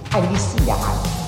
爱你死呀！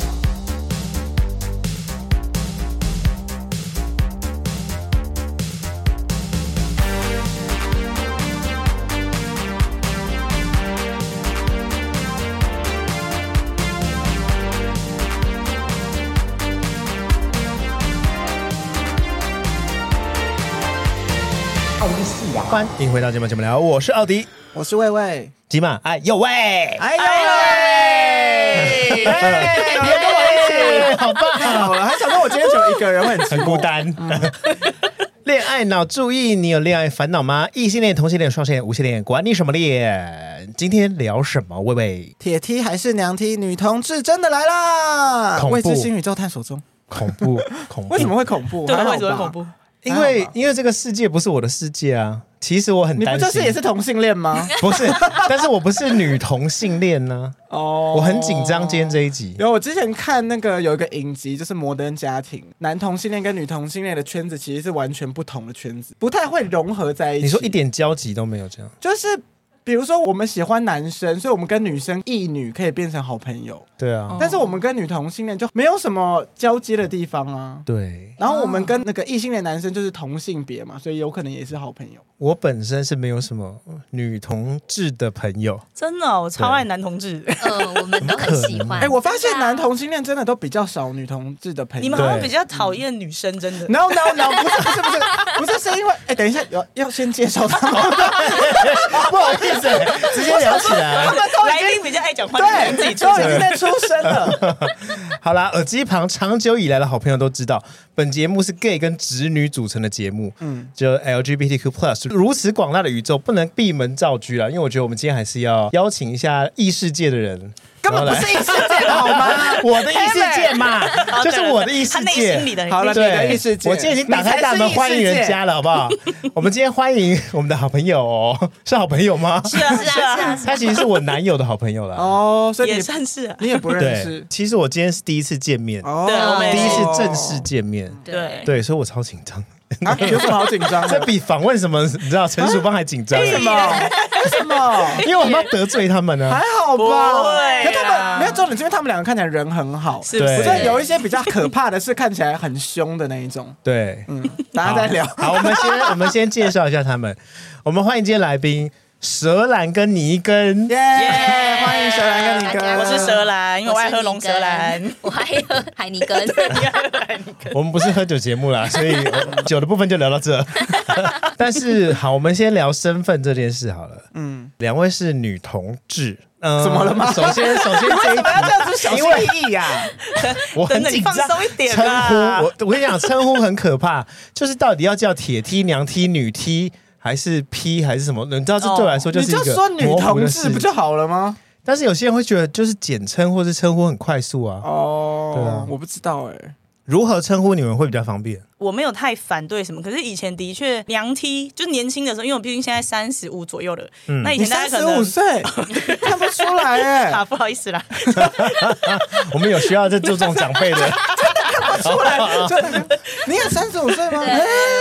欢迎回到节目聊，我是奥迪， 我是魏魏， 吉玛，哎呦喂， 哎呦喂，别跟我一起，好棒！好了，还想说我今天只有一个人，会很孤单。恋爱脑，注意，你有恋爱烦恼吗？异性恋、同性恋、双性恋、无性恋，管你什么恋？今天聊什么？魏魏， 铁梯还是娘梯？女同志真的来啦！未知新宇宙探索中， 恐怖，恐怖。 为什么会恐怖？ 对，为什么会恐怖？ 因为这个世界不是我的世界啊。其实我很担心， 你不就是也是同性恋吗？ 不是，但是我不是女同性恋呢。哦，我很紧张今天这一集。 我之前看那个有一个影集，就是《摩登家庭》，男同性恋跟女同性恋的圈子其实是完全不同的圈子，不太会融合在一起。 你说一点交集都没有，这样就是。比如说我们喜欢男生，所以我们跟女生异女可以变成好朋友。 对啊， 但是我们跟女同性恋就没有什么交接的地方啊。 对， 然后我们跟那个异性恋男生就是同性别嘛，所以有可能也是好朋友。 我本身是没有什么女同志的朋友， 真的、我超爱男同志。 我们都很喜欢。 我发现男同性恋真的都比较少女同志的朋友。 你们好像比较讨厌女生，真的 ？No， 不是，是因为等一下要先介绍他们。 不好意思，直接聊起来。 他们来宾比较爱讲话， 对， 自己都已经在出声了。 好啦，耳机旁长久以来的好朋友都知道，本节目是 gay 跟直女组成的节目，就 LGBTQ+， 如此广大的宇宙不能闭门造车啦。因为我觉得我们今天还是要邀请一下异世界的人。 根本不是异世界好吗？ 我的异世界嘛，就是我的异世界。 好了，对，异世界。 我今天已经打开大门欢迎人家了，好不好？我们今天欢迎我们的好朋友哦，是好朋友吗？ 是啊， 他其实是我男友的好朋友啦。 哦，所以也算是啊， 你也不认识。 其实我今天是第一次见面， 对， 第一次正式见面，对，所以我超紧张。 有什么好紧张的？ 这比访问什么你知道陈淑芳还紧张？ 为什么？ 因为我们要得罪他们呢。 还好吧？ 对， 他们没有重点，是因为他们两个看起来人很好。 是不是？ 我觉得有一些比较可怕的是看起来很凶的那一种。 对， 大家再聊。 好，我们先介绍一下他们。我们欢迎今天来宾。蛇兰跟尼根， 欢迎蛇兰跟尼根。 我是蛇兰，因为我爱喝龙舌兰， 我爱喝海尼根。 我们不是喝酒节目啦，所以酒的部分就聊到这。但是好，我们先聊身份这件事好了。两位是女同志。 怎么了吗？ 首先这一题，为什么要这样子小心翼翼呀？ 我很紧张， 放松一点啦。我跟你讲，称呼很可怕，就是到底要叫铁梯、娘梯、女梯。还是 P 还是什么？你知道，这对我来说就是一个你就说女同志不就好了吗？ 但是有些人会觉得，就是简称或是称呼很快速啊。 哦， 对啊， 我不知道如何称呼你们会比较方便？ 我没有太反对什么，可是以前的确娘梯，就年轻的时候，因为我毕竟现在35左右了，那以前大家可能 35岁看不出来啊，不好意思啦。 我们有需要在注重长辈的。 看不出来，你也35岁吗？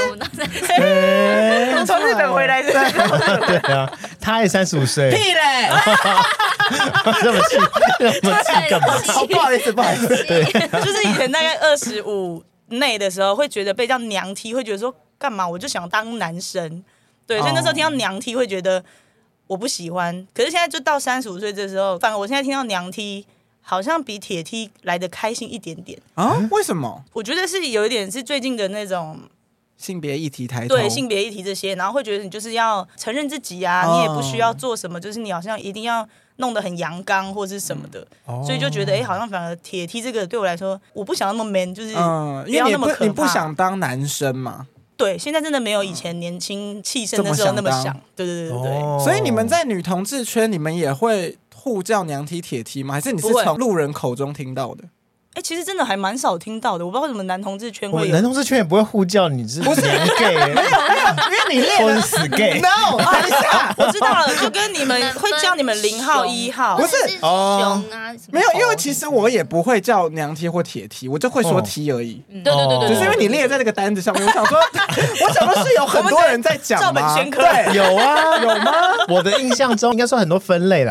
我从日本回来的。 对啊，他也35岁。 屁嘞！ 这么气干嘛？ 不好意思。 对， 就是以前大概25内的时候，会觉得被叫娘梯，会觉得说干嘛？我就想当男生。对，所以那时候听到娘梯会觉得我不喜欢。可是现在就到35岁这时候，反而我现在听到娘梯。好像比铁梯来得开心一点点啊？为什么？ 我觉得是有一点是最近的那种性别议题抬头， 对性别议题这些，然后会觉得你就是要承认自己啊，你也不需要做什么，就是你好像一定要弄得很阳刚或是什么的，所以就觉得好像反而铁梯这个对我来说，我不想那么 man， 就是不要那么可怕。 你不想当男生嘛？ 对，现在真的没有以前年轻气盛的时候那么想。对。 所以你们在女同志圈，你们也会互叫娘梯、铁梯吗？还是你是从路人口中听到的？ 其实真的还蛮少听到的，我不知道为什么男同志圈会有。 男同志圈也不会互叫你是娘 gay， 没有，因为你练或是死 gay。 No， 等一下， 我知道了，就跟你们会叫你们0号、1号， 不是熊啊， 没有，因为其实我也不会叫娘梯或铁梯，我就会说梯而已。 对， 只是因为你列在这个单子上面，我想说是有很多人在讲吗？ 照本宣科， 对， 有啊， 有吗？ 我的印象中应该说很多分类啦。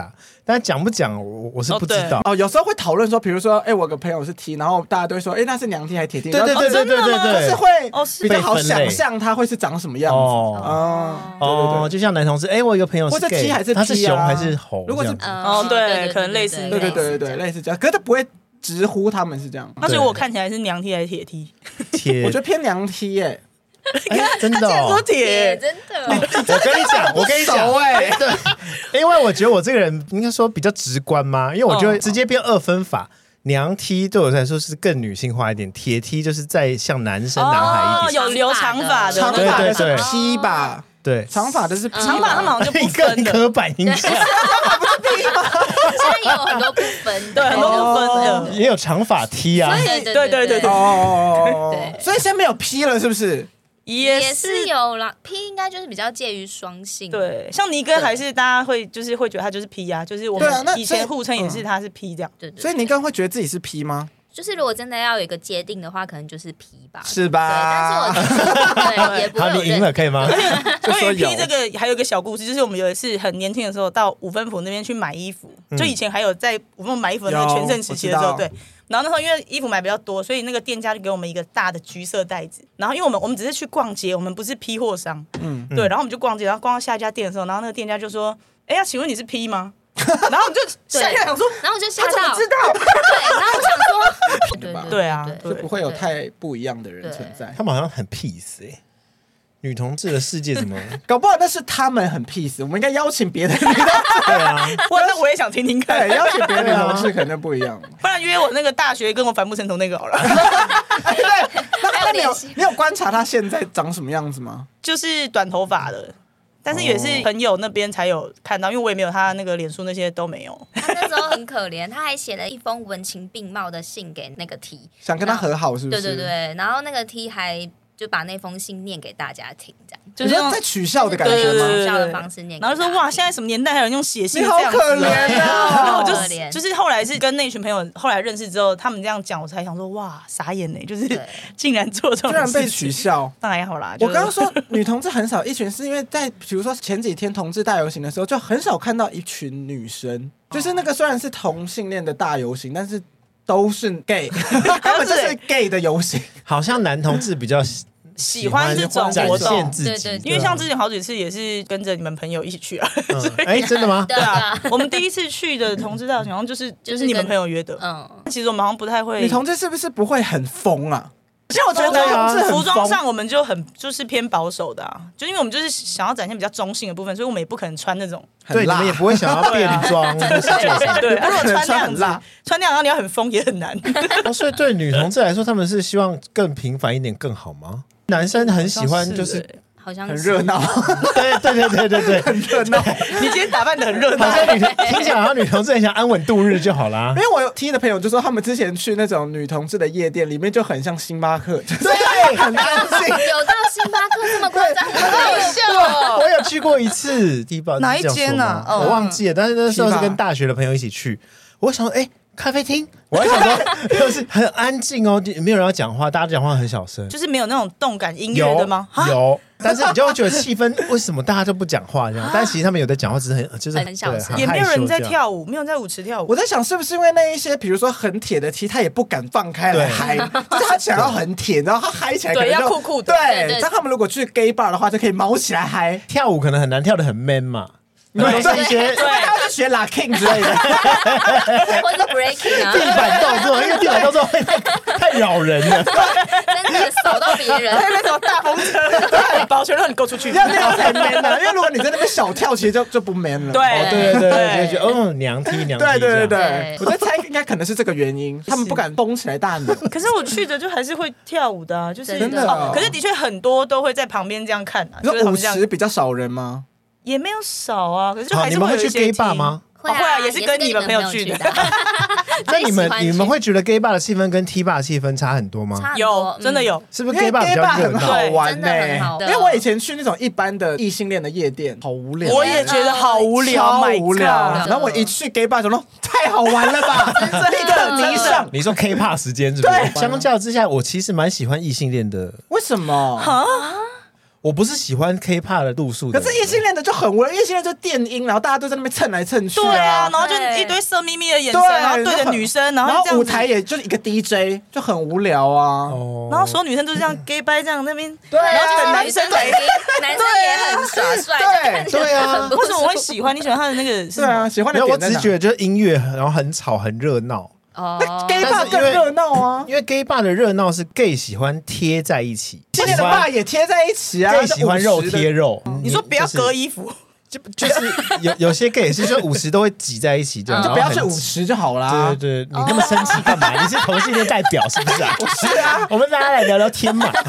但讲不讲我是不知道。 哦，有时候会讨论说，比如说，我有个朋友是 T， 然后大家都会说，那是娘 T 还是铁 T？ 对， 就是会比较好想象他会是长什么样子。 对，就像男同志，我有一个朋友是 gay， 还是 T 他是熊还是猴？ 如果是对，可能类似， 对，类似这样，可是他不会直呼他们是这样。 那所以我看起来是娘 T 还是铁 T？ 我觉得偏娘 T 耶。 真的说铁， 真的。 我跟你讲，对，因为我觉得我这个人应该说比较直观嘛，因为我就会直接变二分法。娘 T 对我来说是更女性化一点，铁 T 就是再像男生男孩一点， 有留长发的， 长发的是 P 吧？ 对， 长发的是 P， 长发他们好像就不分的， 刻板印象， 现在也有很多不分， 对，很多不分的， 也有长发 T 啊， 对， 所以现在没有 P 了，是不是？ 也是有啦 ，P 应该就是比较介于双性， 对，像尼根还是大家会觉得他就是 P 啊，就是我们以前互称也是他是 P 这样， 对， 所以尼根会觉得自己是 P 吗？ 就是如果真的要有一个界定的话，可能就是 P 吧， 是吧？ 对，但是我对也不会。 好，你赢了，可以吗？ 关于 P 这个还有一个小故事，就是我们有一次很年轻的时候到五分埔那边去买衣服，就以前还有在五分埔买衣服的那个全盛时期的时候，对。然后那时候因为衣服买比较多，所以那个店家就给我们一个大的橘色袋子。然后因为我们只是去逛街，我们不是批货商，对。然后我们就逛街，然后逛到下一家店的时候，然后那个店家就说：“要请问你是 P 吗？”然后我们就吓一跳，想说， 然后我就吓到， 他怎么知道？ 对，然后我想说， 对啊， 就不会有太不一样的人存在。 他们好像很 peace 女同志的世界怎么？ 搞不好那是他们很 peace， 我们应该邀请别的女同志。 对啊， 那我也想听听看。 对，邀请别的女同志可能不一样。 不然约我那个大学跟我反目成仇那个好了。 对，那你有观察他现在长什么样子吗？ 就是短头发的。但是也是朋友那边才有看到，因为我也没有他那个脸书那些都没有。 他那时候很可怜，他还写了一封文情并茂的信给那个 T， 想跟他和好，是不是？ 对，然后那个 T 还就把那封信念给大家听，这样就是在取笑的感觉吗？ 取笑的方式念， 然后就说哇，现在什么年代还有人用写信这样子？ 你好可怜啊！ 然后就是后来是跟那群朋友后来认识之后，他们这样讲，我才想说哇，傻眼呢，就是竟然做这种事情， 居然被取笑， 当然好啦。 我刚刚说女同志很少一群，是因为在比如说前几天同志大游行的时候，就很少看到一群女生，就是那个虽然是同性恋的大游行，但是都是 gay， 他们就是 gay 的游行， 好像男同志比较喜欢这种活动， 对， 因为像之前好几次也是跟着你们朋友一起去啊。 真的吗？ 对啊，我们第一次去的同志大游行好像就是你们朋友约的。其实我们好像不太会。 女同志是不是不会很疯啊？其实我觉得服装上我们就是偏保守的啊，就因为我们就是想要展现比较中性的部分，所以我们也不可能穿那种。 对，你们也不会想要变装， 对，如果穿那样子，穿那样然后你要很疯也很难。 所以对女同志来说，他们是希望更平凡一点更好吗？男生很喜欢就是好像很热闹， 对， 很热闹。 你今天打扮的很热闹， 好像听起来好像女同志很想安稳度日就好啦。 因为我有听的朋友就说，他们之前去那种女同志的夜店，里面就很像星巴克， 对，很安静。 有到星巴克这么夸张，很好笑。 我有去过一次， 哪一间呢？ 我忘记了，但是那时候是跟大学的朋友一起去。我想说，咖啡厅，我还想说，就是很安静哦，没有人要讲话，大家讲话很小声， 就是没有那种动感音乐的吗？ 有，但是你就会觉得气氛为什么大家都不讲话这样？但其实他们有在讲话，只是很小声， 也没有人在跳舞，没有人在舞池跳舞。 我在想，是不是因为那一些，比如说很铁的 T， 他也不敢放开来嗨，就是他想要很铁，然后他嗨起来， 对，要酷酷的。 对，但他们如果去 gay bar 的话，就可以毛起来嗨。 跳舞可能很难跳得很 man 嘛。对，是一些他会学 locking 之类的， 或者 breaking 啊， 地板动作，因为地板动作会太扰人了， 真的扫到别人， 那种大风车，保全让你勾出去， 这样才 man 啊！因为如果你在那边小跳，其实就不 man 了。 对，就娘踢。 对，我在猜应该可能是这个原因，他们不敢绷起来大扭。 可是我去的就还是会跳舞的啊，就是真的。 可是的确很多都会在旁边这样看啊。 你说舞池比较少人吗？ 也没有少啊，可是就还是会有一些。 你们会去 gay bar 吗？ 会啊， 也是跟你们朋友去的。 那你们会觉得 gay bar 的气氛跟 T bar 的气氛差很多吗？ 有，真的有。 是不是 gay bar 比较很好玩呢？ 因为我以前去那种一般的异性恋的夜店，好无聊。 我也觉得好无聊， 超无聊。然后我一去 gay bar， 就说太好玩了吧，立刻迷上。 你说 K bar 时间是不是？相较之下，我其实蛮喜欢异性恋的。 为什么？ 我不是喜欢 K-pop 的路数的人， 可是异性恋的就很无聊，异性恋就电音，然后大家都在那边蹭来蹭去对啊， 啊， 然后就一堆色眯眯的眼神， 对然后对着女生，然后这样子舞台也就是一个 DJ， 就很无聊啊。 哦， 然后所有女生都是这样 gay 掰这样那边， 对啊然后等男生来。 男生也很耍帅， 对啊为什么我会喜欢？你喜欢他的那个是什么？ 对啊，喜欢没有，我的点在哪只是觉得就是音乐，然后很吵很热闹。 哦， gay 但 bar 是因为更热闹啊， 因为 gay bar 的热闹是 gay 喜欢贴在一起， 今天的 bar 也贴在一起啊 gay 喜欢肉贴肉。 你说不要隔衣， 衣服， 就是有些 gay 也是，就50都会挤在一起，这样就不要去然后很 50就好啦。 对，你那么生气干嘛？你是同性恋代表是不是啊？ 是啊， 我们大家来聊聊天嘛。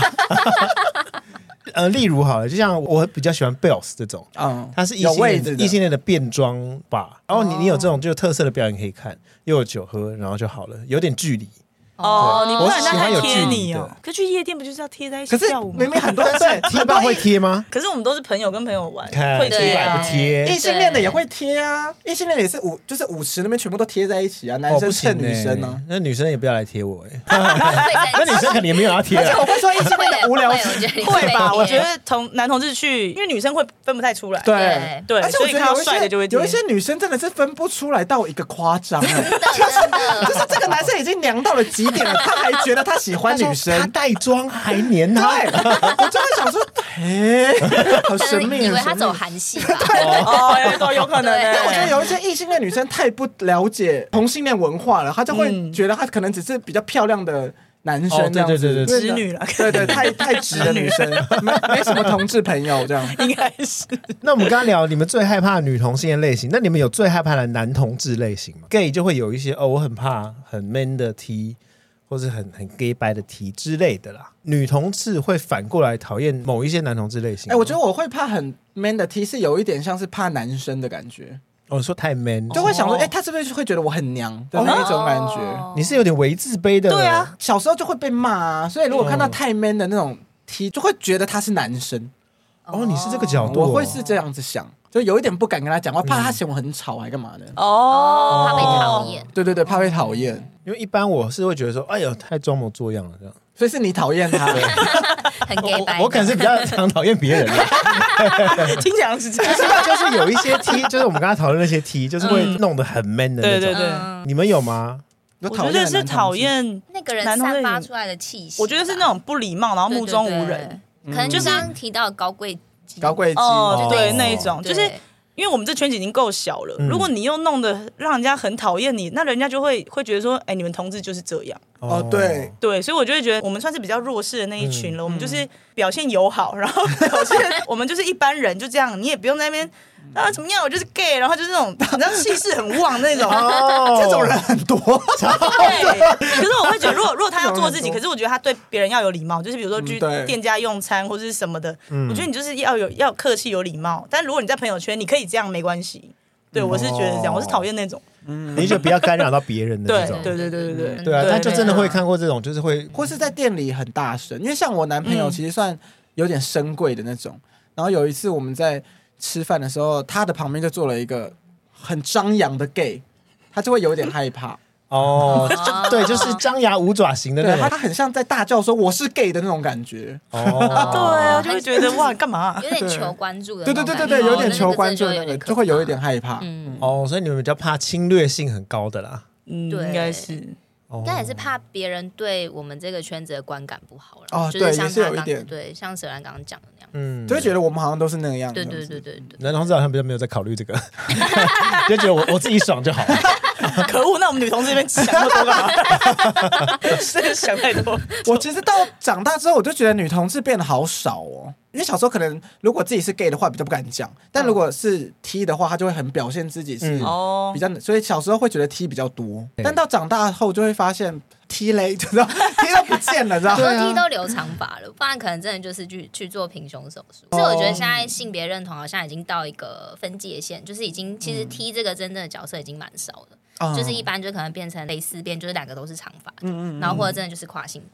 例如好了，就像我比较喜欢 Bells 这种，它是有位置的异性恋的变装吧。然后你有这种就有特色的表演可以看，又有酒喝，然后就好了，有点距离。 哦，你不能让他有贴距离的你哦。可去夜店不就是要贴在一可是起跳舞吗？ 明明很多对贴吧会贴吗？ 可是我们都是朋友跟朋友玩， 看会贴对啊不贴异性恋的也会贴啊，异性恋也是就是50那边全部都贴在一起啊，男生蹭女生啊。 那女生也不要来贴我哎， 那那女生肯定也没有要贴啊。 而且我会说异性恋的无聊会，我觉得你会吧？我觉得得男同志去，因为女生会分不太出来。 对。 对， 而且所以看到我觉得帅的就会贴有一些女生真的是分不出来到一个夸张， 真的就是这个男生已经娘到了极点了，他还觉得他喜欢女他生， 带妆还黏他， 对，我就会想说，好神秘， 以为他走很神秘。 韩系吧？ 哦，都有可能对但我觉得欸。 有一些异性恋女生太不了解同性恋文化了，她就会觉得她可能只是比较漂亮的男生这样子， 对直女啦对，太直的女生，没什么同志朋友这样。 应该是那我们刚刚聊你们最害怕的女同性恋类型，那你们有最害怕的男同志类型吗 ？gay 就会有一些我很怕很 man 的 T， 或是很 gay 白的 T 之类的啦。女同志会反过来讨厌某一些男同志类型。 我觉得我会怕很 man 的 T， 是有一点像是怕男生的感觉， 你说太 man， 就会想说，他是不是会觉得我很娘的那一种感觉？ 你是有点为自卑的。 对啊， 小时候就会被骂啊，所以如果看到太 man 的那种 T， 就会觉得他是男生。 你是这个角度， 我会是这样子想，就有一点不敢跟他讲话，怕他嫌我很吵，还干嘛的？ 哦， 怕被讨厌。 对，怕被讨厌， 因为一般我是会觉得说，哎呦，太装模作样了这样。 所以是你讨厌他。 很 gay 白。 我可能是比较常讨厌别人的， 听起来是这样。 就是有一些 T， 就是我们刚刚讨论那些 T， 就是会弄得很 man 的那种。 对， 你们有吗？ 我我觉得是讨厌那个人散发出来的气息吧， 我觉得是那种不礼貌，然后目中无人， 可能就是刚刚提到的高贵鸡， 对那一种，就是对因为我们这圈子已经够小了，如果你又弄得让人家很讨厌你，那人家就会觉得说，哎，你们同志就是这样。 对， 对，所以我就会觉得我们算是比较弱势的那一群了，我们就是表现友好，然后表现我们就是一般人，就这样，你也不用在那边怎么样，我就是 gay， 然后就是那种你知道气势很旺那种， 这种人很多。 对，可是我会觉得，如果他要做自己，可是我觉得他对别人要有礼貌，就是比如说去店家用餐或者是什么的，我觉得你就是要客气有礼貌。但如果你在朋友圈，你可以这样没关系。对，我是觉得这样，我是讨厌那种， 你就不要干扰到别人的这种。 对啊，但就真的会看过这种，就是会或是在店里很大声，因为像我男朋友其实算有点深贵的那种。然后有一次我们在吃饭的时候，他的旁边就坐了一个很张扬的 gay， 他就会有点害怕。 对，就是张牙舞爪型的那对， 种。 他很像在大叫说我是 gay 的那种感觉。 对啊，就会觉得哇，干嘛？ 有点求关注的， 对，有点求关注的那个，就会有一点害怕。 所以你们比较怕侵略性很高的啦。 对， 应该是。 应该也是怕别人对我们这个圈子的观感不好了。 对， 像也是有一点。 对，像舍兰刚刚讲的那样。 就会觉得我们好像都是那样。 对。 男同志好像比较没有在考虑这个，就觉得我自己爽就好了。 可恶，那我们女同志这边想那么多干嘛？真的想太多。 我其实到长大之后，我就觉得女同志变得好少哦。因为小时候可能如果自己是 gay 的话比较不敢讲，但如果是 T 的话，他就会很表现自己是比较，所以小时候会觉得 T 比较多，但到长大后就会发现 T 嘞，知道 T 都不见了，知道吗 ？T 都留长发了，不然可能真的就是去做平胸手术。所以我觉得现在性别认同好像已经到一个分界线，就是已经其实 T 这个真正的角色已经蛮少的，就是一般就可能变成蕾丝边，就是两个都是长发，然后或者真的就是跨性别这样。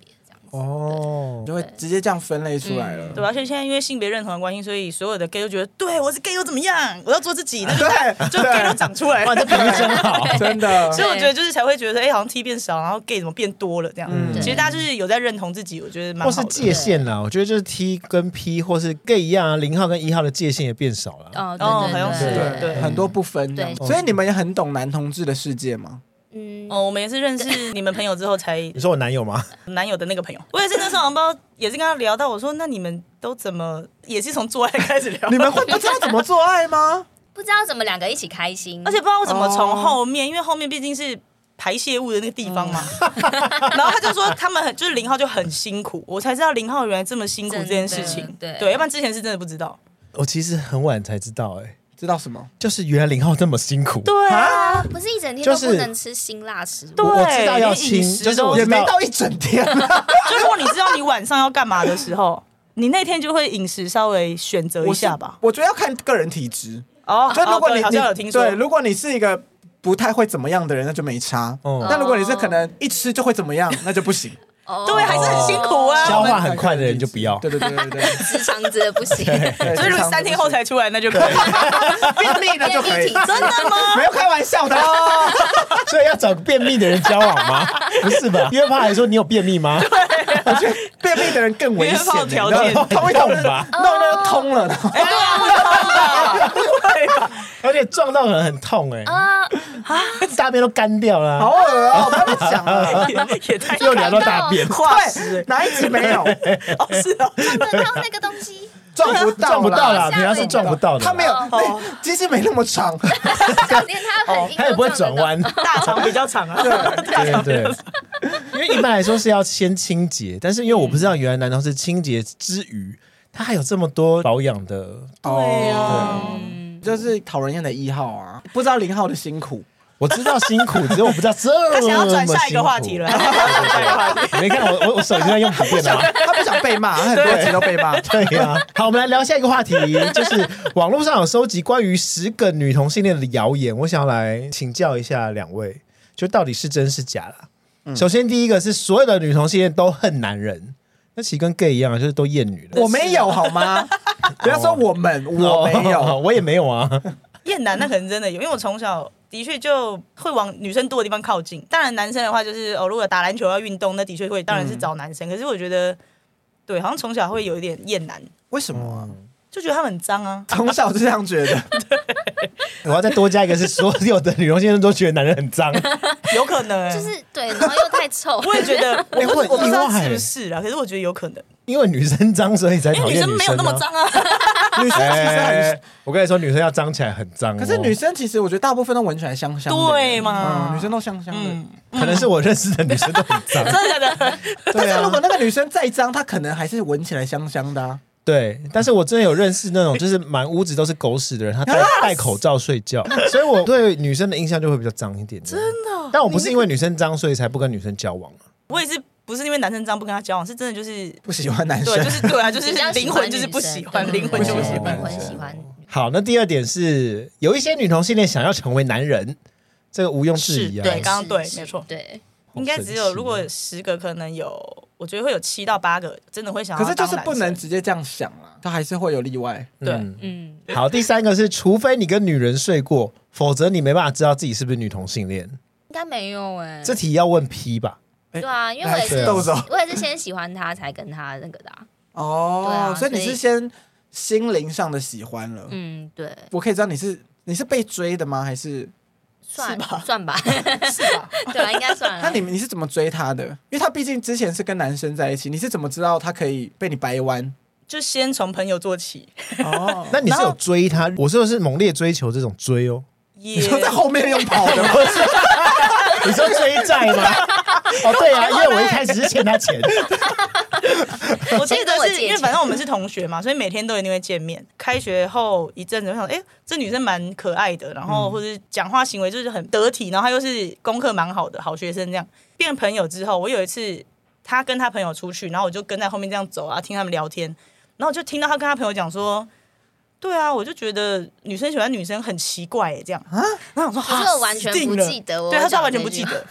哦， 就会直接这样分类出来了。 对吧？而且现在因为性别认同的关系，所以所有的 gay 都觉得，对我是 gay 又怎么样？我要做自己，那对， 就 gay 都长出来哇， 了。 这比喻真好。 真的。 所以我觉得就是才会觉得，好像 T 变少，然后 gay 怎么变多了这样。 嗯其实大家就是有在认同自己，我觉得蛮好的。 或是界限啦，我觉得就是 T 跟 P 或是 gay 一样啊，0号跟1号的界限也变少了。 哦， 哦对好像是对， 对很多不分这样。 对所以你们也很懂男同志的世界吗？ 我们也是认识你们朋友之后才你说我男友吗？ 男友的那个朋友，我也是那时候好像不知道，也是跟他聊到，我说那你们都怎么也是从做爱开始聊？ 你们会不知道怎么做爱吗？ 不知道怎么2个一起开心， 而且不知道怎么从后面，因为后面毕竟是排泄物的那个地方嘛。然后他就说他们就是0号就很辛苦，我才知道0号原来这么辛苦这件事情。 对， 要不然之前是真的不知道。 我其实很晚才知道， 知道什么？ 就是原来0号这么辛苦。 对啊， 不是一整天都不能吃辛辣食物。 对我知道要亲， 连饮食就是我也知道没到一整天。 就如果你知道你晚上要干嘛的时候，你那天就会饮食稍微选择一下吧。 我觉得要看个人体质。 哦， 就如果你好像有听说， 对，如果你是一个不太会怎么样的人，那就没差。但如果你是可能一吃就会怎么样，那就不行。 对，还是很辛苦啊。 消化很快的人就不要。 对对对对对， 直肠子的不行。 对所以如果3天后才出来，那就可以。 便秘的就可以。 真的吗？ 没有开玩笑的哦。 所以要找便秘的人交往吗？不是吧？约炮还说你有便秘吗？ 我觉得便秘的人更危险。 约炮条件通一通吧， 弄那就通了。 哎，对啊，会痛吧？会吧？ 而且撞到人很痛大便都干掉了。 好恶哦！不要再讲了。 也太又聊到大便， 化石对，哪一集没有？ 哦，是哦， 撞得到那个东西， 撞不到， 撞不到啦， 啦平常是撞不到的。 他没有，机器没那么长。 重点它很硬， 他也不会转弯。 大肠比较长啊。 对对，因为一般来说是要先清洁，但是因为我不知道原来男同志清洁之余，他还有这么多保养的。 对啊， 就是讨人厌的1号啊，不知道0号的辛苦。 我知道辛苦，只是我不知道这么他想要转下一个话题了。下一个话题。 你没看我手已经在用笔电了吗？ 他不想被骂，他很多集都被骂。 对呀、好，我们来聊下一个话题，就是网络上有收集关于10个女同性恋的谣言，我想要来请教一下2位，就到底是真是假啦。首先第一个是所有的女同性恋都恨男人，那其实跟 gay 一样，就是都厌女的。 我没有好吗？不要说我们，我没有， 我也没有啊。 厌男那可能真的有，因为我从小的确就会往女生多的地方靠近。当然男生的话就是如果打篮球要运动，那的确会当然是找男生。可是我觉得，对，好像从小会有一点厌男， 为什么啊？ 就觉得他们很脏啊。 从小就这样觉得。 我要再多加一个，是所有的女同性恋都觉得男人很脏。 有可能就是对，然后又太臭。 我也觉得，我会不知道意外是不是啦，可是我觉得有可能， 因为女生脏，所以才因为女讨厌生没有那么脏啊。 女生其实很， 我跟你说，女生要脏起来很脏、 可是女生其实我觉得大部分都闻起来香香的。 对嘛女生都香香的。 可能是我认识的女生都很脏。 真的假的？ 但是如果那个女生再脏，她可能还是闻起来香香的啊。 对，但是我真的有认识那种就是满屋子都是狗屎的人，他戴口罩睡觉，所以我对女生的印象就会比较脏一点。真的，但我不是因为女生脏所以才不跟女生交往。 我也是，不是因为男生脏不跟他交往，是真的就是不喜欢男生。 对，就是对啊，就是比较喜灵欢魂就是不喜欢， 女生灵魂就不喜对欢灵。魂喜欢。 好，那第二点是有一些女同性恋想要成为男人，这个毋庸置疑啊。 是对刚刚对是没错对， 应该只有如果10个，可能有，我觉得会有7到8个真的会想要可是就是当男生。 不能直接这样想啦，他还是会有例外。 对嗯， 好，第三个是，除非你跟女人睡过，否则你没办法知道自己是不是女同性恋。 应该没有哎。 这题要问 P 吧？ 对啊，因为我也是豆豆我也是先喜欢他才跟他那个的啊。对哦啊， 所以你是先心灵上的喜欢了。 嗯，对， 我可以知道你是被追的吗？还是？ 算吧算吧， 是吧？ 对啊，应该算了。 那你是怎么追他的？因为他毕竟之前是跟男生在一起，你是怎么知道他可以被你掰弯？ 就先从朋友做起， 哦， 那你是有追他？我说的是猛烈追求这种追哦。 也你说在后面用跑的吗？ 你说追债吗？哦，对啊，因为我一开始是欠他钱。 我记先跟我借得是因为反正我们是同学嘛，所以每天都一定会见面。开学后一阵子，我想，这女生蛮可爱的，然后或者讲话行为就是很得体，然后她又是功课蛮好的好学生，这样变朋友之后，我有一次他跟他朋友出去，然后我就跟在后面这样走啊，听他们聊天，然后我就听到他跟他朋友讲说。对啊，我就觉得女生喜欢女生很奇怪这样啊。然后我说， 可是我完全不记得。 对，他说他完全不记得。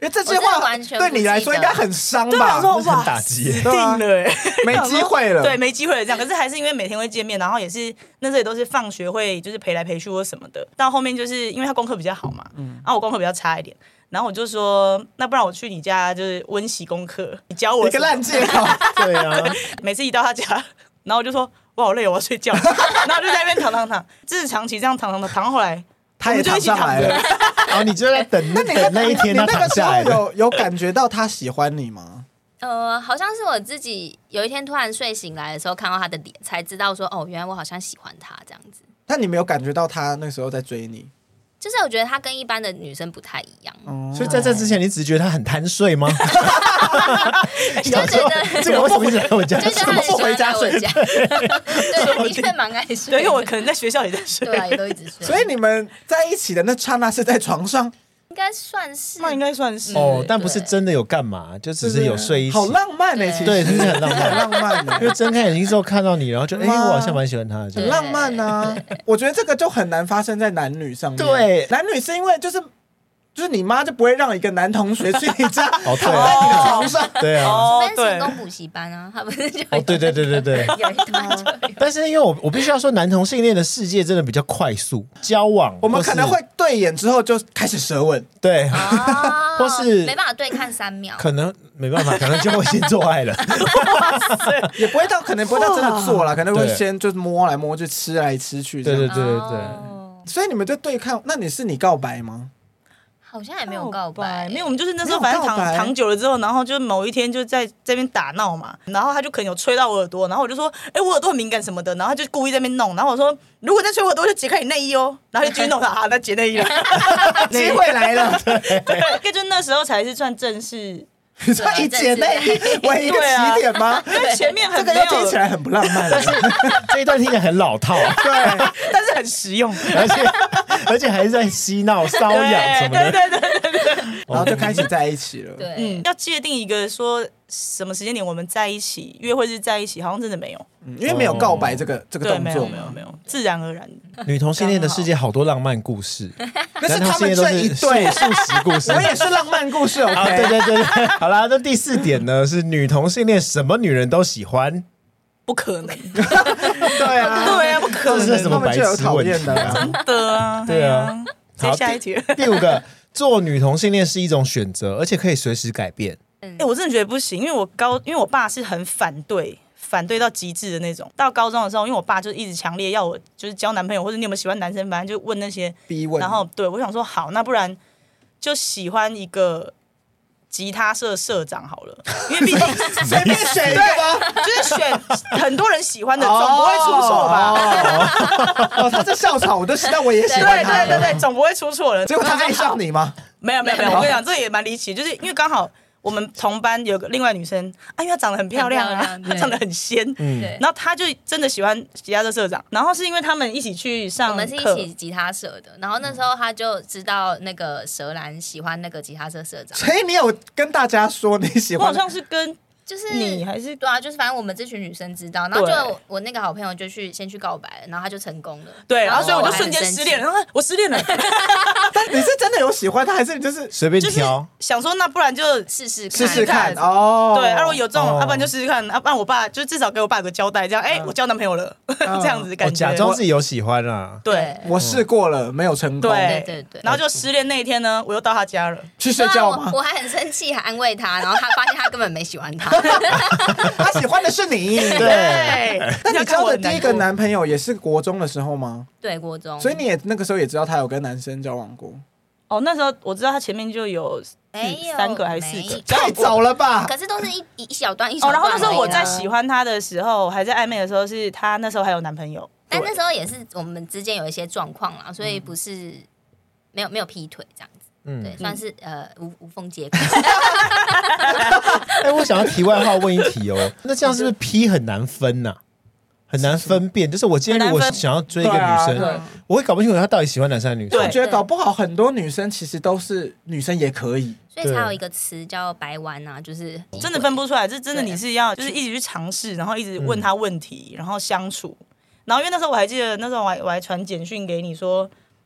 因为这句话完全对你来说应该很伤对吧？ 我说哇， 很打击死定了没机会了。 对，没机会了这样。可是还是因为每天会见面，然后也是那时候也都是放学会就是陪来陪去或什么的。到后面就是因为他功课比较好嘛，然后我功课比较差一点，然后我就说，那不然我去你家就是温习功课，你教我一个烂借口。 对啊， 每次一到他家，然后我就说我好累，我要睡觉，然后就在那边躺，就是长期这样躺到后来， 他也躺上来了， 然后你就在等那一天他躺下来你那个时候有感觉到他喜欢你吗？ 好像是我自己有一天突然睡醒来的时候，看到他的脸，才知道说哦，原来我好像喜欢他这样子。 但你没有感觉到他那时候在追你？ 就是我觉得他跟一般的女生不太一样， 所以在这之前，你只是觉得他很贪睡吗？ 就觉得这个为什么一直来我家就觉得他很喜欢来我家，对，的确蛮爱睡。 对，因为我可能在学校也在睡， 对啊，也都一直睡。 所以你们在一起的那刹那是在床上？ 应该算是， 那应该算是哦，但不是真的有干嘛，就只是有睡一起。 好浪漫呢，其实对，听起来很浪漫， 很浪漫呢。 因为睁开眼睛之后看到你，然后就我好像蛮喜欢他的， 很浪漫啊！我觉得这个就很难发生在男女上面。 对男女是因为就是你妈就不会让一个男同学去你家哦， 躺在你的床上。 对啊， 除非对成功补习班啊，他不是就哦，对， 有一段就有。 但是因为我必须要说，男同性恋的世界真的比较快速，交往我们可能会对眼之后就开始舌吻， 对， 哦或是没办法对看3秒， 可能没办法，可能就会先做爱了。 也不会到可能不会到真的做了，可能会对先就是摸来摸去，吃来吃去这样。 对对对对哦所以你们就对看，那你告白吗？ 好像也没有告白， 没有，我们就是那时候反正没有告白躺久了之后，然后就某一天就在这边打闹嘛，然后他就可能有吹到我耳朵，然后我就说，我耳朵很敏感什么的，然后他就故意在那边弄，然后我说，如果再吹我耳朵就解开你内衣哦，然后就继续弄他，啊，那解内衣了， 机会来了， 对，就那时候才是算正式， 你说以解内衣为一个起点吗？ 因为前面这很没有个又听起来很不浪漫， 这一段听起来很老套， 对， 但是很实用， 而且还是在嬉闹、瘙痒什么的。 对， 然后就开始在一起了。 对， 要界定一个说什么时间点我们在一起，约会日在一起，好像真的没有， 因为没有告白这个对，没有动作， 没有，自然而然。 女同性恋的世界好多浪漫故事， 那是男同性恋都他们这一是对， 素食故事。 我也是浪漫故事啊，对 ，OK。 对，好啦，那第4点呢是女同性恋什么女人都喜欢， 不可能， 对啊， 对啊，不可能这是什么白痴问题他们就有讨厌的啊？ 的啊， 对啊。 接下一题。 第5个，做女同性恋是一种选择，而且可以随时改变。 我真的觉得不行，因为我爸是很反对到极致的那种。到高中的时候，因为我爸就一直强烈要我就是交男朋友，或者你有没有喜欢男生，反正就问那些逼问。 然后对我想说好，那不然就喜欢一个吉他社社长好了，因为毕竟随便选一个吗？ 就是选很多人喜欢的，总不会出错吧？ 哦，他是校草，我都知道，我也喜欢他。 对，总不会出错了。 结果他爱上你吗？ 没有，我跟你讲，这也蛮离奇，就是因为刚好我们同班有个另外女生啊，因为她长得很漂亮啊， 很漂亮她长得很仙， 对然后她就真的喜欢吉他社社长，然后是因为他们一起去上课， 我们是一起吉他社的，然后那时候他就知道那个蛇兰喜欢那个吉他社社长， 所以你有跟大家说你喜欢？ 我好像是跟就是你还是对啊，就是反正我们这群女生知道，然后对就我那个好朋友就先去告白了，然后他就成功了， 对，然后所以我就还瞬间很生气失恋了，然后我失恋了， 但你是真的有喜欢他，还是你就是随便就是挑， 想说那不然就试试试试看看哦？ 对，如果有这种， 哦要不然就试试看，要不然我爸就至少给我爸有个交代，这样，我交男朋友了，这样子我感觉， 假装自己有喜欢啊。 对。 我试过了，没有成功。 对对然后就失恋那一天呢，我又到他家了。 去睡觉吗我？还很生气，还安慰他，然后他发现他根本没喜欢他， 他喜欢的是你。 对， 那你交的的第一个男朋友也是国中的时候吗？ 对，国中， 所以你也那个时候也知道他有跟男生交往过， 哦，那时候我知道他前面就有没有 3个还是4个没有， 太早了吧？ 可是都是一小段一小哦， 段而已啦。 然后那时候我在喜欢他的时候，还在暧昧的时候，是他那时候还有男朋友， 但那时候也是我们之间有一些状况啦，所以不是没有劈腿这样子，对，算是无缝接轨。 哎，我想要题外话问一题哦，那这样是不是 P 很难分呐？很难分辨，就是我今天如果很难分想要追一个女对啊生，我会搞不清楚她到底喜欢男生还是女生。 我觉得搞不好很多女生其实都是女生也可以。 所以才有一个词叫白弯啊，就是真的分不出来，这真的你是要就是一直去尝试，然后一直问他问题，然后相处。然后因为那时候我还记得，那时候我还传简讯给你说，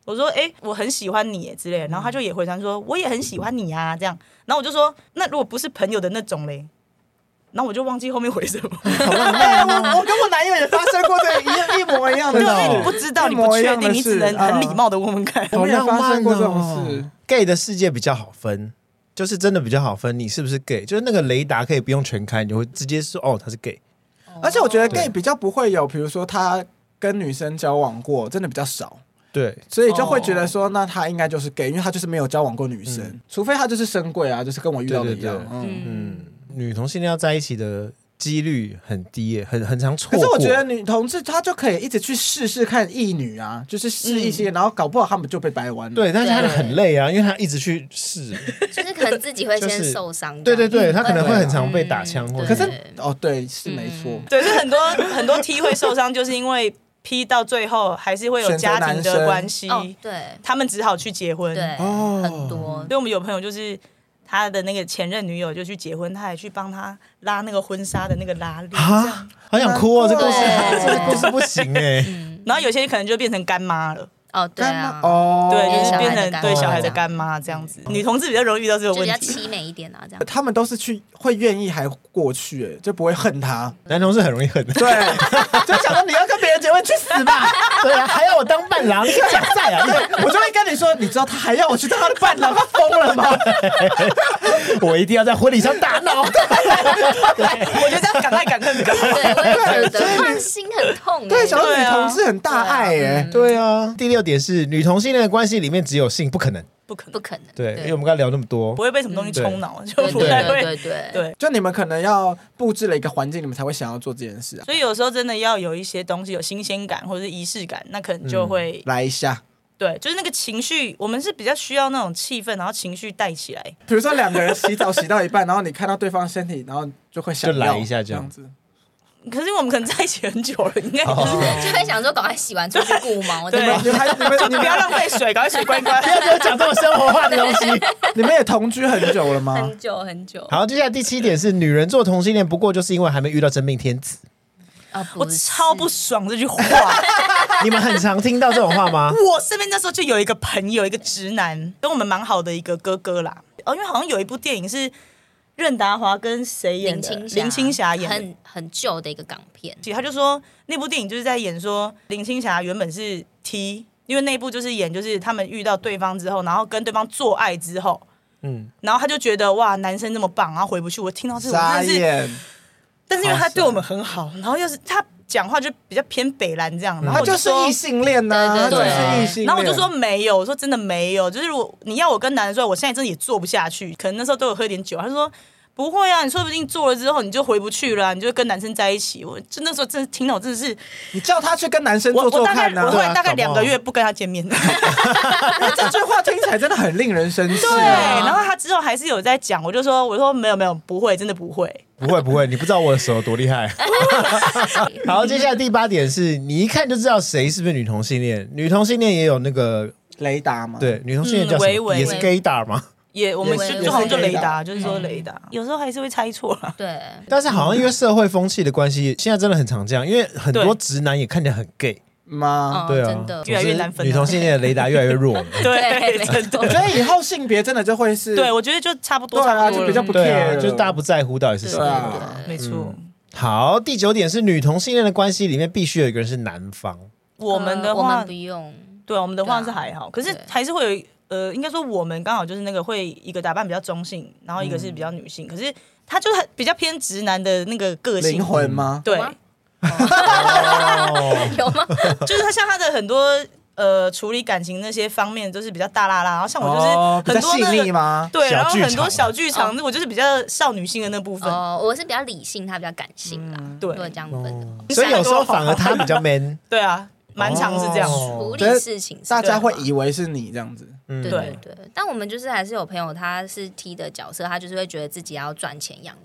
我说我很喜欢你之类的，然后他就也回传说我也很喜欢你啊这样，然后我就说那如果不是朋友的那种嘞，然后我就忘记后面回什么。 我跟我男友也发生过这一模一样的， 真的哦因为你不知道，你不确定，你只能很礼貌的问问看。 我们也发生过这种事。 gay 的世界比较好分，就是真的比较好分，你是不是 gay， 就是那个雷达可以不用全开，你就会直接说哦他是 gay。 而且我觉得 gay 比较不会有，比如说他跟女生交往过，真的比较少。 对， 所以就会觉得说，那他应该就是 gay，因为他就是没有交往过女生，除非他就是深柜啊，就是跟我遇到的一样。 女同性恋要在一起的几率很低耶，很常错过。 可是我觉得女同志她就可以一直去试试看异女啊，就是试一些，然后搞不好他们就被掰弯了。 对，但是他很累啊，因为他一一直去试， 就是可能自己会先受伤。 对对对，他可能会很常被打枪，或者可是对，是没错。 对，是很多 T 会受伤，就是因为 P 到最后还是会有家庭的关系， 对， 他们只好去结婚。 对，很多。 所以我们有朋友就是他的那个前任女友就去结婚，他还去帮他拉那个婚纱的那个拉链， 啊，好想哭哦！这故事不行哎。 然后有些可能就变成干妈了。 对啊， 对，就是变成对小孩的干妈这样子。女同志比较容易遇到这个问题， 比较凄美一点啊，这样。 他们都是会愿意还过去，就不会恨他。 男同志很容易恨， 对，就想说你要跟别人结婚去死吧， 对啊，还要我当伴郎，你可以假赛啊！ 我就会跟你说，你知道他还要我去当他的伴郎，他疯了吗？ 我一定要在婚礼上大闹。 我觉得这样赶快赶快比较好。 对，我也觉得，突然心很痛。 对，想到女同志很大爱哎。 对啊，第6点是女同性恋的关系里面只有性，不可能， 不可能， 不可能。 对，因为我们刚才聊那么多， 不会被什么东西冲脑，就不太会。对， 就你们可能要布置了一个环境，你们才会想要做这件事啊。 所以有时候真的要有一些东西有新鲜感或者是仪式感，那可能就会来一下。 对，就是那个情绪，我们是比较需要那种气氛，然后情绪带起来。 比如说2个人洗澡洗到一半，然后你看到对方身体，然后就会想要就来一下这样子。 可是我们可能在一起很久了，应该就会想说赶快洗完出去顾毛。 对，你不要浪费水，赶快水关关。 不要给我讲这么生活化的东西。 你们也同居很久了吗？ 很久很久。 好，接下来第7点是女人做同性恋，不过就是因为还没遇到真命天子。 我超不爽这句话。 你们很常听到这种话吗？ 我身边那时候就有一个朋友，一个直男，跟我们蛮好的一个哥哥啦。因为好像有一部电影是任达华跟谁演的？林青霞演的， 很旧的一个港片。 其实他就说那部电影就是在演说林青霞原本是 T， 因为那部就是演就是他们遇到对方之后，然后跟对方做爱之后，然后他就觉得哇男生这么棒，然后回不去。我听到这种傻眼。 但是因为他对我们很好，然后又是他讲话就比较偏北蓝这样，然后他就是异性恋呐， 对， 就是异性恋。 然后我就说没有，我说真的没有，就是如果你要我跟男人说，我现在真的也做不下去，可能那时候都有喝点酒。他说不会啊，你说不定做了之后你就回不去了，你就跟男生在一起。我就那时候真的听到我真的是， 你叫他去跟男生做做看呢。 我会大概2个月不跟他见面。 这句话听起来真的很令人生气。 对，然后他之后还是有在讲，我说没有不会，真的不会。 不会，你不知道我的手多厉害。好，接下来第8点是你一看就知道谁是不是女同性恋。女同性恋也有那个雷达嘛？ 对，女同性恋叫什么？也是 gaydar 吗？ 我们就好像就雷达，就是说雷达，有时候还是会猜错啦。 对， 但是好像因为社会风气的关系，现在真的很常这样，因为很多直男也看起来很 gay 吗？ 对啊， 真的越来越难分。 女同性恋的雷达越来越弱了。 对，真的。 我觉得以后性别真的就会是， 对我觉得就差不多， 就比较不 care， 就是大家不在乎到底是什么。 没错。 好，第9点是女同性恋的关系里面必须有一个人是男方。 我们的话， 我们不用。 对，我们的话是还好，可是还是会有应该说我们刚好就是那个会一个打扮比较中性，然后一个是比较女性，可是他就比较偏直男的那个个性。 灵魂吗？ 对。 有吗？ 就是他像他的很多处理感情那些方面都是比较大辣辣，然后像我就是很多细腻吗？ 对，然后很多小剧场，我就是比较少女性的那部分。 我是比较理性，他比较感性啦。对，如果这样分的， 所以有时候反而他比较 man。 对啊，蛮常是这样处理事情， 大家会以为是你这样子。 对，但我们就是还是有朋友，他是 T 的角色，他就是会觉得自己要赚钱养女友。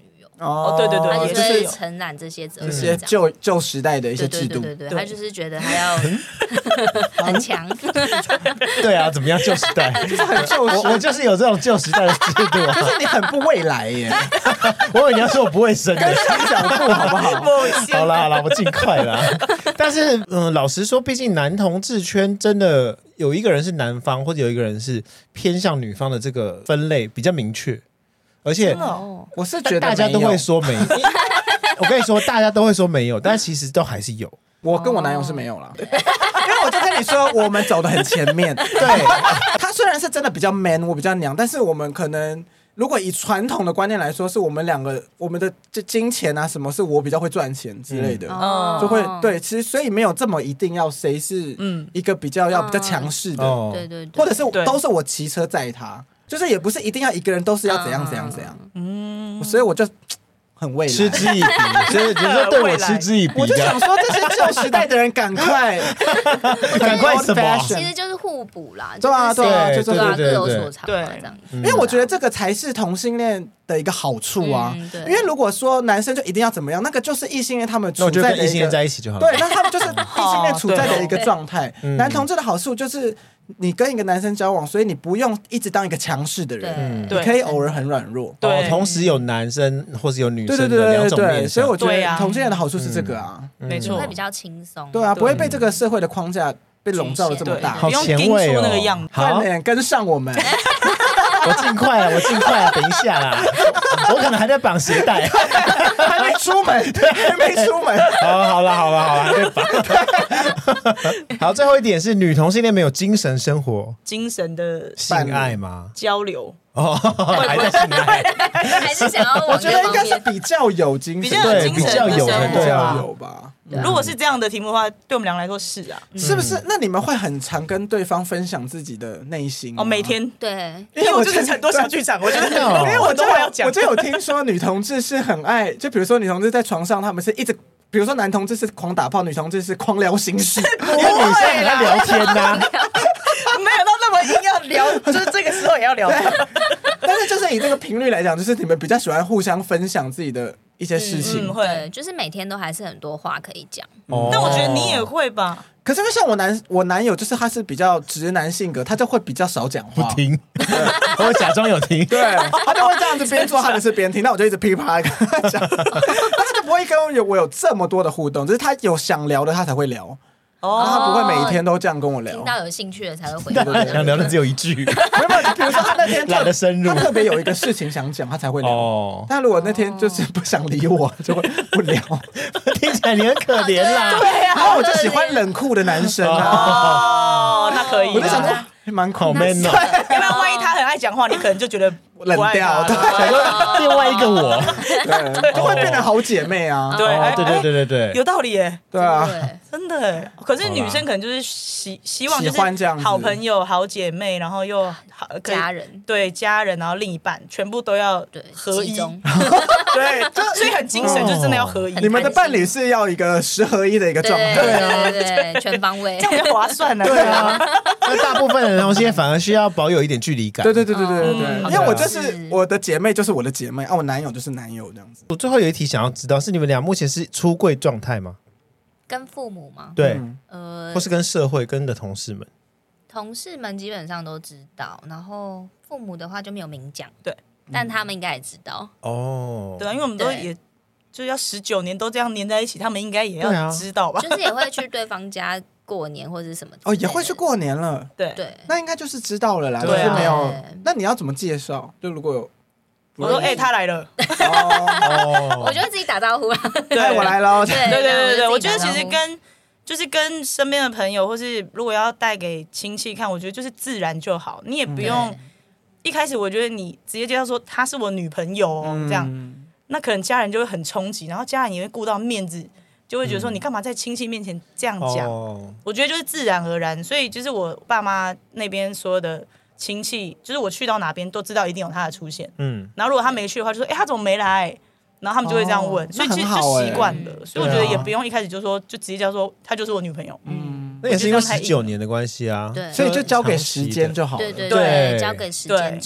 哦， 对对对他就就是会承揽这些责任， 一些旧时代的一些制度， 对，他就是觉得他要很强， 对啊，怎么样旧时代？ 就是很旧时， 我就是有这种旧时代的制度啊。 就是你很不未来耶， 我以为你要说我不会生的， 脚步好不好？ 好啦，我尽快啦。但是老实说，毕竟男同志圈真的有一个人是男方，或者有一个人是偏向女方的这个分类比较明确，而且我是觉得大家都会说没有。我跟你说，大家都会说没有，但其实都还是有。 我跟我男友是没有啦，因为我就跟你说，我们走得很前面。 对， 他虽然是真的比较 man， 我比较娘，但是我们可能如果以传统的观念来说，是我们两个我们的金钱啊什么，是我比较会赚钱之类的，就会对。其实所以没有这么一定要谁是一个比较强势的， 对， 或者是都是我骑车载他，就是也不是一定要一个人都是要怎样。所以我就。很未来， 嗤之以鼻，所以你说对我嗤之以鼻， 我就想说这些旧时代的人赶快什么？ 其实就是互补啦， 对啊， 就是各有所长，这样。 因为我觉得这个才是同性恋的一个好处啊。因为如果说男生就一定要怎么样，那个就是异性恋他们处在的异性恋在一起就好了。 对，那他们就是异性恋处在的一个状态。男同志的好处就是。你跟一个男生交往，所以你不用一直当一个强势的人，你可以偶尔很软弱。 对，同时有男生或是有女生的两种面向。 所以我觉得同性恋的好处是这个啊， 没错， 会比较轻松。 对啊，不会被这个社会的框架被笼罩的这么大， 好前卫哦！ 快点跟上我们。 我尽快了，等一下啦，我可能还在绑鞋带， 还没出门，还没出门。 好了，还在绑。好，最后一点是女同性恋没有精神生活， 精神的性爱吗？ 交流。 还在性爱， 还是想要我觉得应该是比较有精神， 对，比较有的，对啊， 有吧。 如果是这样的题目的话，对我们俩来说是啊， 是不是？那你们会很常跟对方分享自己的内心哦？每天对， 因为我就是很多小剧场，我觉得，因为我都要讲。 我就有听说女同志是很爱，就比如说女同志在床上，他们是一直，比如说男同志是狂打炮，女同志是狂聊心事， 因为女生很爱聊天呐。 没有到那么硬要聊，就是这个时候也要聊。 但是就是以这个频率来讲，就是你们比较喜欢互相分享自己的一些事情， 对，就是每天都还是很多话可以讲。 但我觉得你也会吧。 可是因为像我男友，就是他是比较直男性格，他就会比较少讲话， 不听，我会假装有听， 对，他就会这样子边做他的事边听，那我就一直噼啪跟他讲，他就不会跟我有这么多的互动，就是他有想聊的他才会聊。他不会每一天都这样跟我聊， 听到有兴趣的才会回。 想聊的只有一句， 没有，比如说他那天懒得深入， 他特别有一个事情想讲，他才会聊。但如果那天就是不想理我，就会不聊。 听起来你很可怜啦。 对啊，然后我就喜欢冷酷的男生啊。 那可以。 我就想说，蛮好 man 哦。 要不然万一他很爱讲话，你可能就觉得冷掉， 另外一个我， 对，就会变成好姐妹啊。 对， 有道理耶。 对啊， 真的。可是女生可能就是希望就是好朋友、好姐妹，然后又好家人， 对家人，然后另一半全部都要合一。 对， 所以很精神，就真的要合一。 你们的伴侣是要一个10合一的一个状态， 对，全方位， 这样比较划算呢。 对啊，那大部分的东西反而需要保有一点距离感。 对，因为我就是我的姐妹，就是我的姐妹啊，我男友就是男友这样子。 我最后有一题想要知道，是你们俩目前是出柜状态吗？ 跟父母吗？ 对，或是跟社会、跟你的同事们。 同事们基本上都知道，然后父母的话就没有明讲， 对， 但他们应该也知道。 哦， 对啊，因为我们都也就要19年都这样黏在一起，他们应该也要知道吧？ 就是也会去对方家过年或者什么哦，也会去过年了。 对， 那应该就是知道了啦， 对啊， 就是没有。那你要怎么介绍？就如果有。 我说他来了， 我就自己打招呼了。 对，我来了。 对，我觉得其实跟身边的朋友，或是如果要带给亲戚看，我觉得就是自然就好，你也不用一开始我觉得你直接介绍说她是我女朋友哦，这样，那可能家人就会很冲击，然后家人也会顾到面子，就会觉得说你干嘛在亲戚面前这样讲？我觉得就是自然而然，所以就是我爸妈那边所有的亲戚，就是我去到哪边都知道一定有他的出现，然后如果他没去的话，就说他怎么没来？然后他们就会这样问，所以其实就习惯了，所以我觉得也不用一开始就说就直接叫说她就是我女朋友， 那也是因为19年的关系啊， 对， 所以就交给时间就好了， 对，交给时间证明。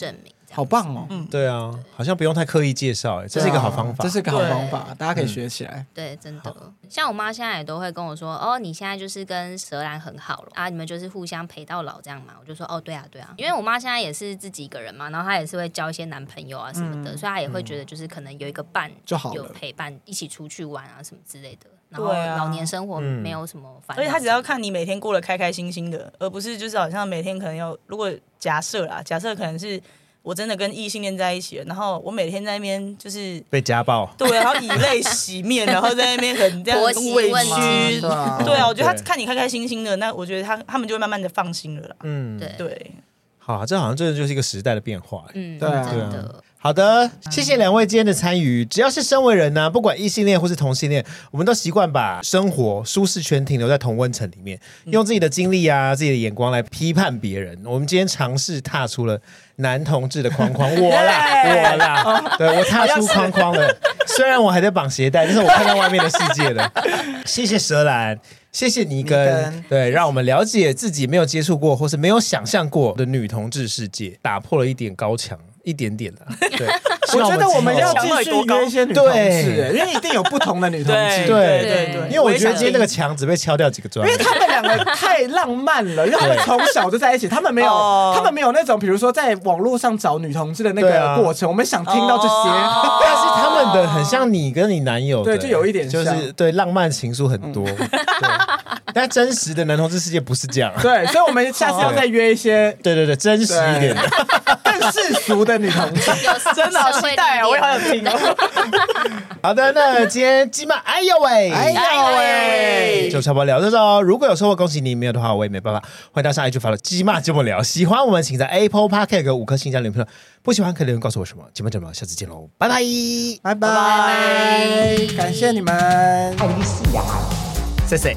好棒哦！ 对啊，好像不用太刻意介绍，这是一个好方法， 这是个好方法，大家可以学起来。 对，真的，像我妈现在也都会跟我说，哦，你现在就是跟蛇兰很好了啊，你们就是互相陪到老这样嘛。我就说，哦，对啊，对啊，因为我妈现在也是自己一个人嘛，然后她也是会交一些男朋友啊什么的，所以她也会觉得就是可能有一个伴就好了， 有陪伴一起出去玩啊什么之类的。然后老年生活没有什么烦恼， 而且他只要看你每天过得开开心心的，而不是就是好像每天可能要，如果假设可能是我真的跟异性恋在一起了，然后我每天在那边就是被家暴， 对，然后以泪洗面，然后在那边很这样很委屈，对啊，我觉得他看你开开心心的，那我觉得他们就会慢慢的放心了啦。对， 好，这好像真的就是一个时代的变化。 对啊， 真的。 好的，谢谢两位今天的参与。只要是身为人呢，不管异性恋或是同性恋，我们都习惯把生活舒适圈停留在同温层里面，用自己的经历啊、自己的眼光来批判别人。我们今天尝试踏出了男同志的框框，我啦，对，我踏出框框了。虽然我还在绑鞋带，但是我看到外面的世界了。谢谢蛇兰。谢谢尼根，对，让我们了解自己没有接触过或是没有想象过的女同志世界，打破了一点高墙，一点点的。对， 我觉得我们要继续约一些女同志，因为一定有不同的女同志。 对，因为我觉得今天那个墙只被敲掉几个砖， 因为他们两个太浪漫了，因为他们从小就在一起，他们没有那种比如说在网络上找女同志的那个过程，我们想听到这些， 但是他们的很像你跟你男友， 对，就有一点像， 就是对浪漫情书很多。但真实的男同志世界不是这样， 对，所以我们下次要再约一些， 对，真实一点的， 更世俗的女同志， 真的好期待啊！我也好想听哦。 好的，那今天鸡妈，哎呦喂，就差不多聊到这哦。如果有收获，恭喜你；没有的话，我也没办法。欢迎到上一句发了鸡妈这么聊，喜欢我们，请在 Apple Podcast 给5颗星加留言评论。不喜欢可以留言告诉我什么。鸡妈这么聊，下次见喽，拜拜， 拜拜，感谢你们，爱你死呀， 谢谢。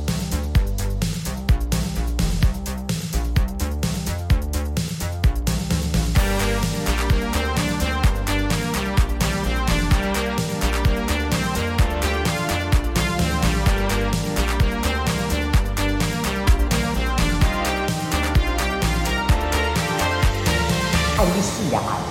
爱丽丝呀。